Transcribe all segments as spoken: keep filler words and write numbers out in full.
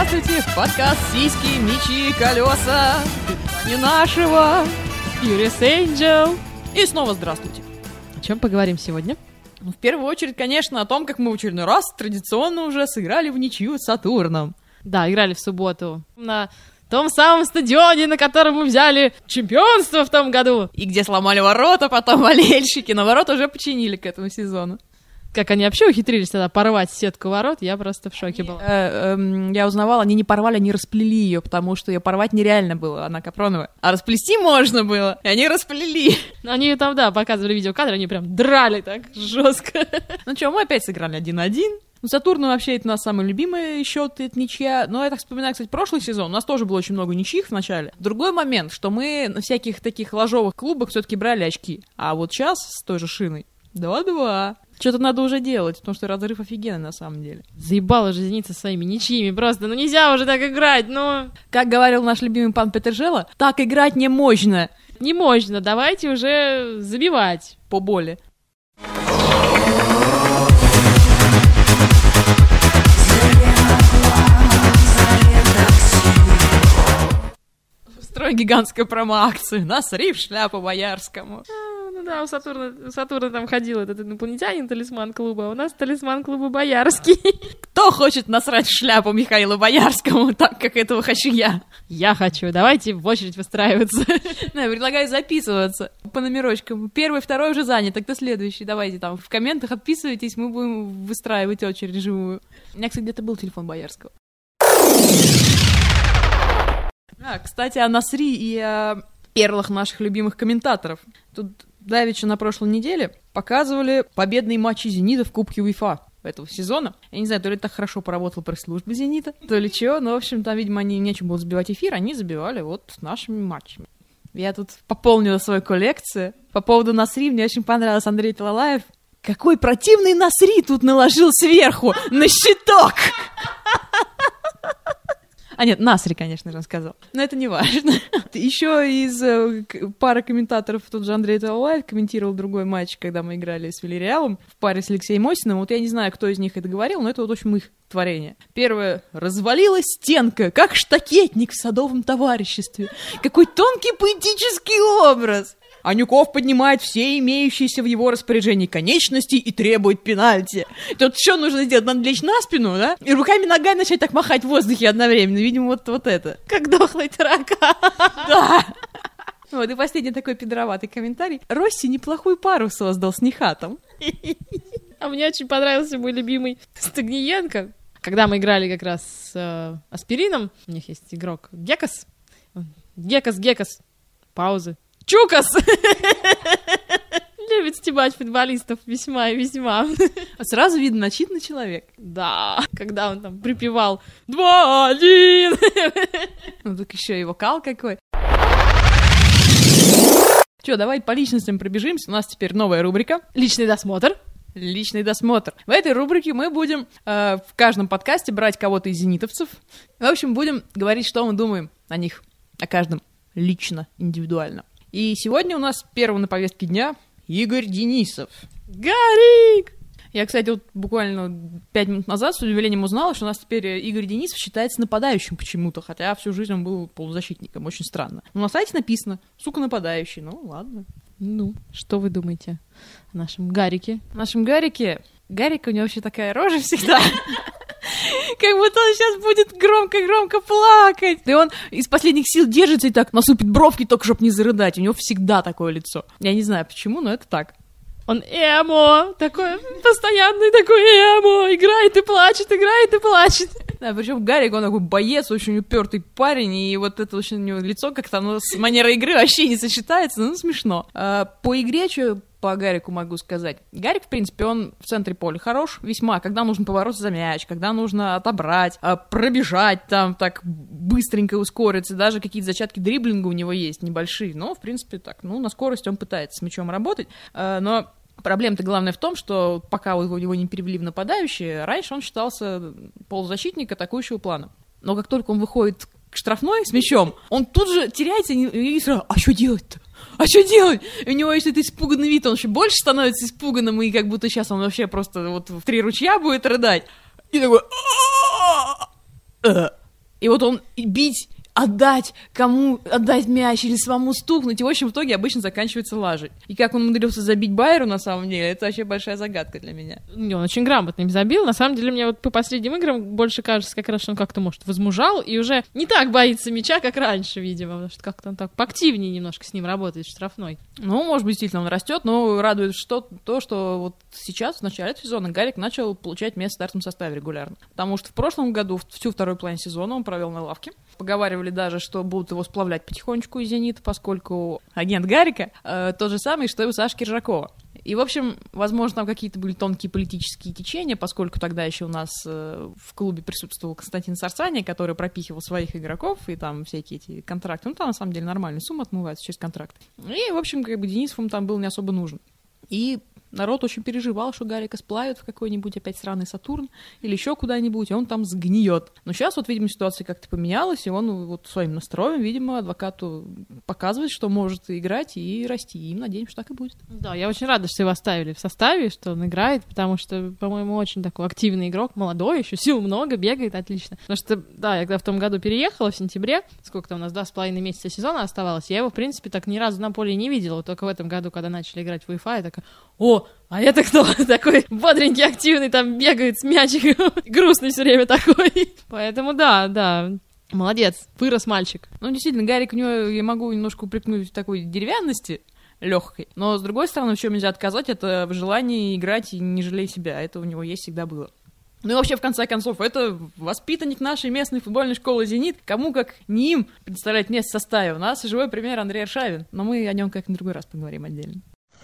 Здравствуйте, подкаст «Сиськи, мечи, колеса» не нашего Furious Angel. И снова здравствуйте. О чем поговорим сегодня? Ну, в первую очередь, конечно, о том, как мы в очередной раз традиционно уже сыграли в ничью с Сатурном. Да, играли в субботу на том самом стадионе, на котором мы взяли чемпионство в том году. И где сломали ворота потом болельщики, но ворота уже починили к этому сезону. Как они вообще ухитрились тогда порвать сетку ворот, я просто в шоке была. Э, э, я узнавала, они не порвали, они расплели ее, потому что ее порвать нереально было, она капроновая. А расплести можно было, и они расплели. Они там, да, показывали видеокадры, они прям драли так жестко. Ну что, мы опять сыграли один-один. Ну, Сатурн вообще это у нас самый любимый счет, это ничья. Но я так вспоминаю, кстати, прошлый сезон. У нас тоже было очень много ничьих в начале. Другой момент, что мы на всяких таких ложовых клубах все-таки брали очки. А вот сейчас с той же шиной два-два. Что-то надо уже делать, потому что разрыв офигенный на самом деле. Заебало же «Зенит» со своими ничьими просто. Ну нельзя уже так играть, ну... Как говорил наш любимый пан Петержела, так играть не можно. Не можно, давайте уже забивать. По боли. Строй гигантскую промо-акцию. Насри в шляпу Боярскому. Ну да, у Сатурна, у Сатурна там ходил этот инопланетянин, талисман клуба, а у нас талисман клуба Боярский. Кто хочет насрать в шляпу Михаилу Боярскому, так как этого хочу я? Я хочу, давайте в очередь выстраиваться. Да, я предлагаю записываться по номерочкам. Первый, второй уже занят, так кто следующий? Давайте там в комментах отписывайтесь, мы будем выстраивать очередь живую. У меня, кстати, где-то был телефон Боярского. А, кстати, о Насри и о перлах наших любимых комментаторов. Тут давеча на прошлой неделе показывали победные матчи «Зенита» в Кубке УЕФА этого сезона. Я не знаю, то ли так хорошо поработала пресс-служба «Зенита», то ли чего, но, в общем, там, видимо, они нечем было забивать эфир, они забивали вот нашими матчами. Я тут пополнила свою коллекцию. По поводу Насри мне очень понравился Андрей Талалаев. Какой противный Насри тут наложил сверху на щиток! А нет, Насри, конечно же, он сказал. Но это не важно. Еще из э, пары комментаторов тот же Андрей Талалаев комментировал другой матч, когда мы играли с Вильярреалом в паре с Алексеем Осиным. Вот я не знаю, кто из них это говорил, но это вот, в общем, их творение. Первое. Развалилась стенка, как штакетник в садовом товариществе. Какой тонкий поэтический образ. Анюков поднимает все имеющиеся в его распоряжении конечности и требует пенальти. Тут что нужно сделать? Надо лечь на спину, да? И руками-ногами начать так махать в воздухе одновременно. Видимо, вот, вот это. Как дохлый таракан. Да. Вот, и последний такой пидороватый комментарий. Росси неплохую пару создал с Нихатом. А мне очень понравился мой любимый Стагниенко. Когда мы играли как раз с э, Аспирином, у них есть игрок Гекас. Гекас, Гекас. Паузы. Чукас! Любит стебать футболистов весьма и весьма. Сразу видно, начитанный человек. Да, когда он там припевал два-один. Ну так еще его кал какой. Че, давай по личностям пробежимся. У нас теперь новая рубрика. Личный досмотр. Личный досмотр. В этой рубрике мы будем э, в каждом подкасте брать кого-то из зенитовцев. В общем, будем говорить, что мы думаем о них, о каждом лично, индивидуально. И сегодня у нас первый на повестке дня Игорь Денисов. Гарик! Я, кстати, вот буквально пять минут назад с удивлением узнала, что у нас теперь Игорь Денисов считается нападающим почему-то, хотя всю жизнь он был полузащитником, очень странно. Но на сайте написано, сука, нападающий, ну ладно. Ну, что вы думаете о нашем Гарике? В нашем Гарике? Гарик, у него вообще такая рожа всегда. Как будто он сейчас будет громко-громко плакать. И он из последних сил держится и так насупит бровки, только чтобы не зарыдать. У него всегда такое лицо. Я не знаю почему, но это так. Он эмо, такой постоянный такой эмо, играет и плачет, играет и плачет. Да, причем Гарик, он такой боец, очень упертый парень, и вот это очень у него лицо как-то, оно с манерой игры вообще не сочетается, ну, смешно. А, по игре, что по Гарику могу сказать? Гарик, в принципе, он в центре поля хорош весьма, когда нужно побороться за мяч, когда нужно отобрать, пробежать там так быстренько ускориться, даже какие-то зачатки дриблинга у него есть небольшие, но, в принципе, так, ну, на скорости он пытается с мячом работать, но проблема-то главная в том, что пока его не перевели в нападающие, раньше он считался полузащитник атакующего плана. Но как только он выходит к штрафной с мячом, он тут же теряется и сразу, а что делать-то? А что делать? И у него есть этот испуганный вид, он еще больше становится испуганным, и как будто сейчас он вообще просто вот в три ручья будет рыдать. И такой... И вот он бить, отдать, кому отдать мяч или самому стукнуть, и, в общем, в итоге обычно заканчивается лажей. И как он умудрился забить Байеру, на самом деле, это вообще большая загадка для меня. Не, он очень грамотно им забил. На самом деле, мне вот по последним играм больше кажется, как раз, что он как-то, может, возмужал и уже не так боится мяча, как раньше, видимо, потому что как-то он так поактивнее немножко с ним работает, штрафной. Ну, может быть, действительно, он растет, но радует что то, что вот сейчас, в начале сезона, Гарик начал получать место в стартовом составе регулярно. Потому что в прошлом году, всю вторую половину сезона он провел на лавке. Поговаривали даже, что будут его сплавлять потихонечку из «Зенита», поскольку агент Гарика э, тот же самый, что и у Саши Киржакова. И, в общем, возможно, там какие-то были тонкие политические течения, поскольку тогда еще у нас э, в клубе присутствовал Константин Сарсани, который пропихивал своих игроков, и там всякие эти контракты. Ну, там, на самом деле, нормальная сумма отмывается через контракт. И, в общем, как бы Денисов им там был не особо нужен. И народ очень переживал, что Гарика сплавят в какой-нибудь опять сраный Сатурн или еще куда-нибудь, и он там сгниет. Но сейчас вот, видимо, ситуация как-то поменялась, и он вот своим настроем, видимо, адвокату показывает, что может играть и расти. И надеемся, что так и будет. Да, я очень рада, что его оставили в составе, что он играет, потому что, по-моему, очень такой активный игрок, молодой, еще сил много, бегает отлично. Потому что, да, я когда в том году переехала, в сенябре, сколько там у нас, два с половиной месяца сезона оставалось, я его, в принципе, так ни разу на поле не видела. Вот только в этом году, когда начали играть в УЕФА, я такая: о, а это кто? Такой бодренький, активный, там бегает с мячиком, грустный все время такой. Поэтому да, да, молодец, вырос мальчик. Ну, действительно, Гарик, у него, я могу немножко упрекнуть в такой деревянности легкой, но, с другой стороны, в чем нельзя отказать, это в желании играть и не жалей себя, это у него есть, всегда было. Ну и вообще, в конце концов, это воспитанник нашей местной футбольной школы «Зенит». Кому как не им представлять место в составе. У нас живой пример Андрей Аршавин, но мы о нем как-нибудь в другой раз поговорим отдельно.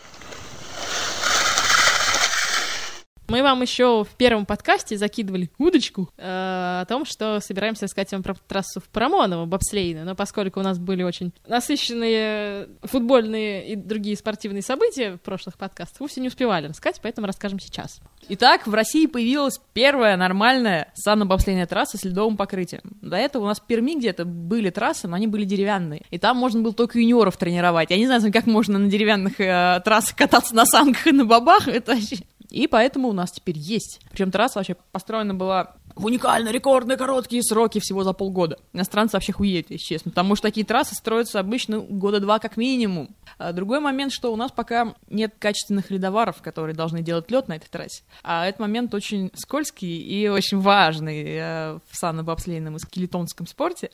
Мы вам еще в первом подкасте закидывали удочку э, о том, что собираемся рассказать вам про трассу в Парамоново, бобслейную, но поскольку у нас были очень насыщенные футбольные и другие спортивные события в прошлых подкастах, мы все не успевали рассказать, поэтому расскажем сейчас. Итак, в России появилась первая нормальная санно-бобслейная трасса с ледовым покрытием. До этого у нас в Перми где-то были трассы, но они были деревянные, и там можно было только юниоров тренировать. Я не знаю, как можно на деревянных э, трассах кататься на санках и на бобах, это вообще... И поэтому у нас теперь есть. Причем трасса вообще построена была в уникально рекордные короткие сроки, всего за полгода. Иностранцы вообще хуеют, если честно, потому что такие трассы строятся обычно года два как минимум. А другой момент, что у нас пока нет качественных ледоваров, которые должны делать лед на этой трассе. А этот момент очень скользкий и очень важный э, в санно-бобслейном и скелетонском спорте.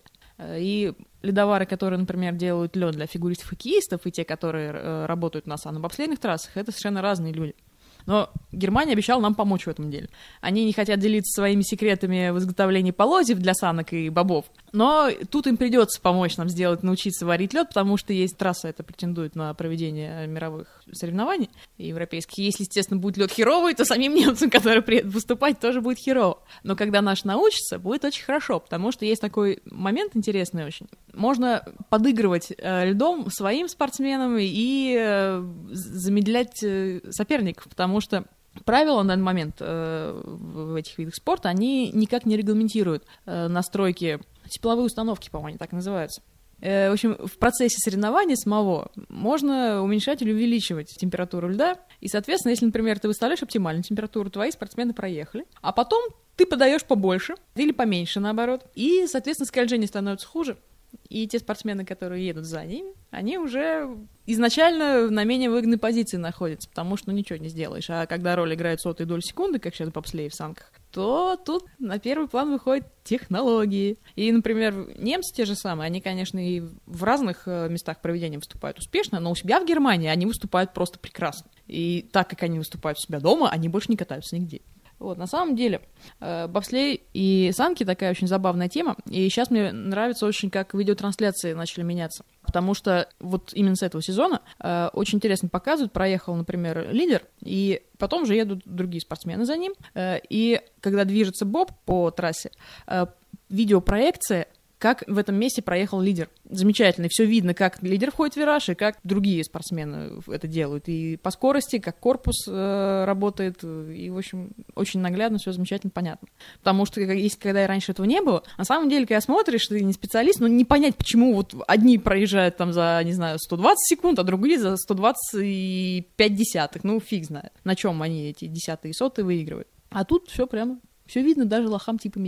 И ледовары, которые, например, делают лед для фигуристов-хоккеистов, и те, которые э, работают на санно-бобслейных трассах, это совершенно разные люди. Но Германия обещала нам помочь в этом деле. Они не хотят делиться своими секретами в изготовлении полозьев для санок и бобов, но тут им придется помочь нам сделать, научиться варить лед, потому что есть трасса, это претендует на проведение мировых соревнований европейских. Если, естественно, будет лед херовый, то самим немцам, которые приедут выступать, тоже будет херово. Но когда наш научится, будет очень хорошо, потому что есть такой момент интересный очень. Можно подыгрывать э, льдом своим спортсменам и э, замедлять э, соперников, потому что правила на данный момент э, в этих видах спорта, они никак не регламентируют э, настройки тепловой установки, по-моему, они так называются. Э, в общем, в процессе соревнования самого можно уменьшать или увеличивать температуру льда, и, соответственно, если, например, ты выставляешь оптимальную температуру, твои спортсмены проехали, а потом ты подаешь побольше или поменьше, наоборот, и, соответственно, скольжение становится хуже. И те спортсмены, которые едут за ними, они уже изначально на менее выгодной позиции находятся, потому что ну, ничего не сделаешь. А когда роль играет сотые доли секунды, как сейчас в бобслее в санках, то тут на первый план выходят технологии. И, например, немцы те же самые, они, конечно, и в разных местах проведения выступают успешно, но у себя в Германии они выступают просто прекрасно. И так как они выступают у себя дома, они больше не катаются нигде. Вот, на самом деле, э, бобслей и санки такая очень забавная тема, и сейчас мне нравится очень, как видеотрансляции начали меняться, потому что вот именно с этого сезона э, очень интересно показывают, проехал, например, лидер, и потом же едут другие спортсмены за ним, э, и когда движется боб по трассе, э, видеопроекция, как в этом месте проехал лидер. Замечательно. Все видно, как лидер входит в вираж, и как другие спортсмены это делают. И по скорости, как корпус э, работает, и, в общем, очень наглядно, все замечательно понятно. Потому что, если когда и раньше этого не было, на самом деле, когда смотришь, ты не специалист, но не понять, почему вот одни проезжают там за, не знаю, сто двадцать секунд, а другие за сто двадцать пять десятых. Ну, фиг знает, на чем они эти десятые и сотые выигрывают. А тут все прямо, все видно даже лохам типа меня.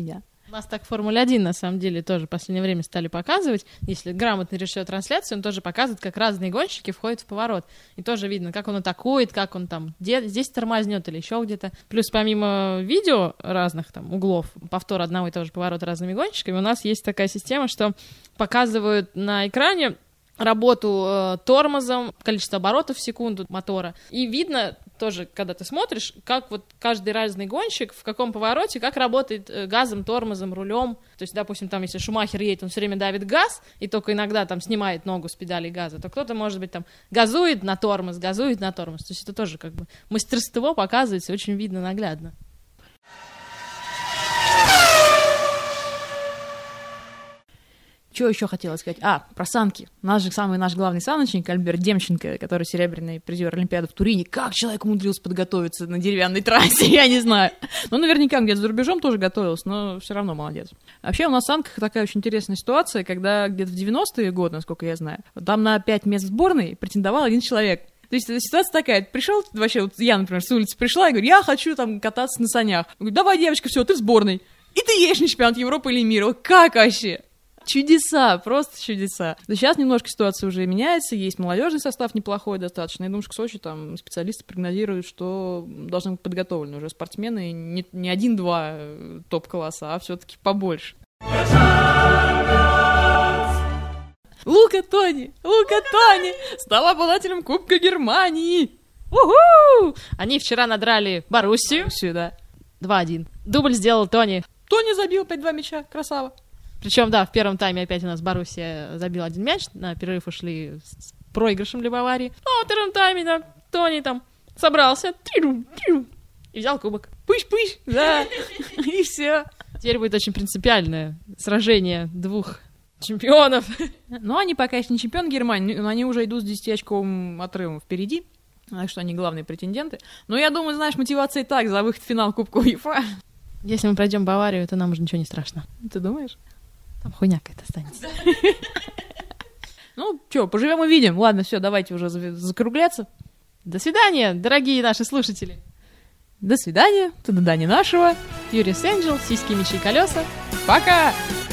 У нас так в Формуле один, на самом деле, тоже в последнее время стали показывать. Если грамотно решил трансляцию, он тоже показывает, как разные гонщики входят в поворот. И тоже видно, как он атакует, как он там где- здесь тормознет или еще где-то. Плюс помимо видео разных там углов, повтор одного и того же поворота разными гонщиками, у нас есть такая система, что показывают на экране работу э, тормозом, количество оборотов в секунду мотора. И видно тоже, когда ты смотришь, как вот каждый разный гонщик в каком повороте, как работает э, газом, тормозом, рулем. То есть, допустим, там, если Шумахер едет, он все время давит газ, и только иногда там снимает ногу с педали газа, то кто-то, может быть, там газует на тормоз, газует на тормоз. То есть это тоже как бы мастерство показывается, очень видно наглядно. Что еще хотела сказать? А, про санки. У нас же самый наш главный саночник Альберт Демченко, который серебряный призер Олимпиады в Турине. Как человек умудрился подготовиться на деревянной трассе, я не знаю. Ну, наверняка где-то за рубежом тоже готовился, но все равно молодец. Вообще у нас в санках такая очень интересная ситуация, когда где-то в девяностые годы, насколько я знаю, там на пять мест в сборной претендовал один человек. То есть ситуация такая, пришел, вообще, вот я, например, с улицы пришла и говорю, я хочу там кататься на санях. Я говорю, давай, девочка, все, ты в сборной. И ты едешь на чемпионат Европы или мира. Как вообще? Чудеса, просто чудеса. Но сейчас немножко ситуация уже меняется, есть молодежный состав неплохой достаточно. Я думаю, что к Сочи там специалисты прогнозируют, что должны быть подготовлены уже спортсмены не, не один-два топ-класса, а все-таки побольше. Лука Тони! Лука Тони! Стал обладателем Кубка Германии! Уху! Они вчера надрали Боруссию. Сюда. два-один. Дубль сделал Тони. Тони забил пять-два мяча, красава. Причем, да, в первом тайме опять у нас Боруссия забила один мяч, на перерыв ушли с проигрышем для Баварии. А во втором тайме, да, Тони там собрался и взял кубок. Пыщ-пыщ, да, и все. Теперь будет очень принципиальное сражение двух чемпионов. Ну, они пока еще не чемпион Германии, но они уже идут с десятиочковым отрывом впереди, так что они главные претенденты. Но я думаю, знаешь, мотивация и так за выход в финал Кубка УЕФА. Если мы пройдем Баварию, то нам уже ничего не страшно. Ты думаешь? Там хуйня какая-то останется. Ну, что, поживем и видим. Ладно, все, давайте уже закругляться. До свидания, дорогие наши слушатели. До свидания. До Дани нашего. Юрий Сенджел, сиськи, мечи и колеса. Пока!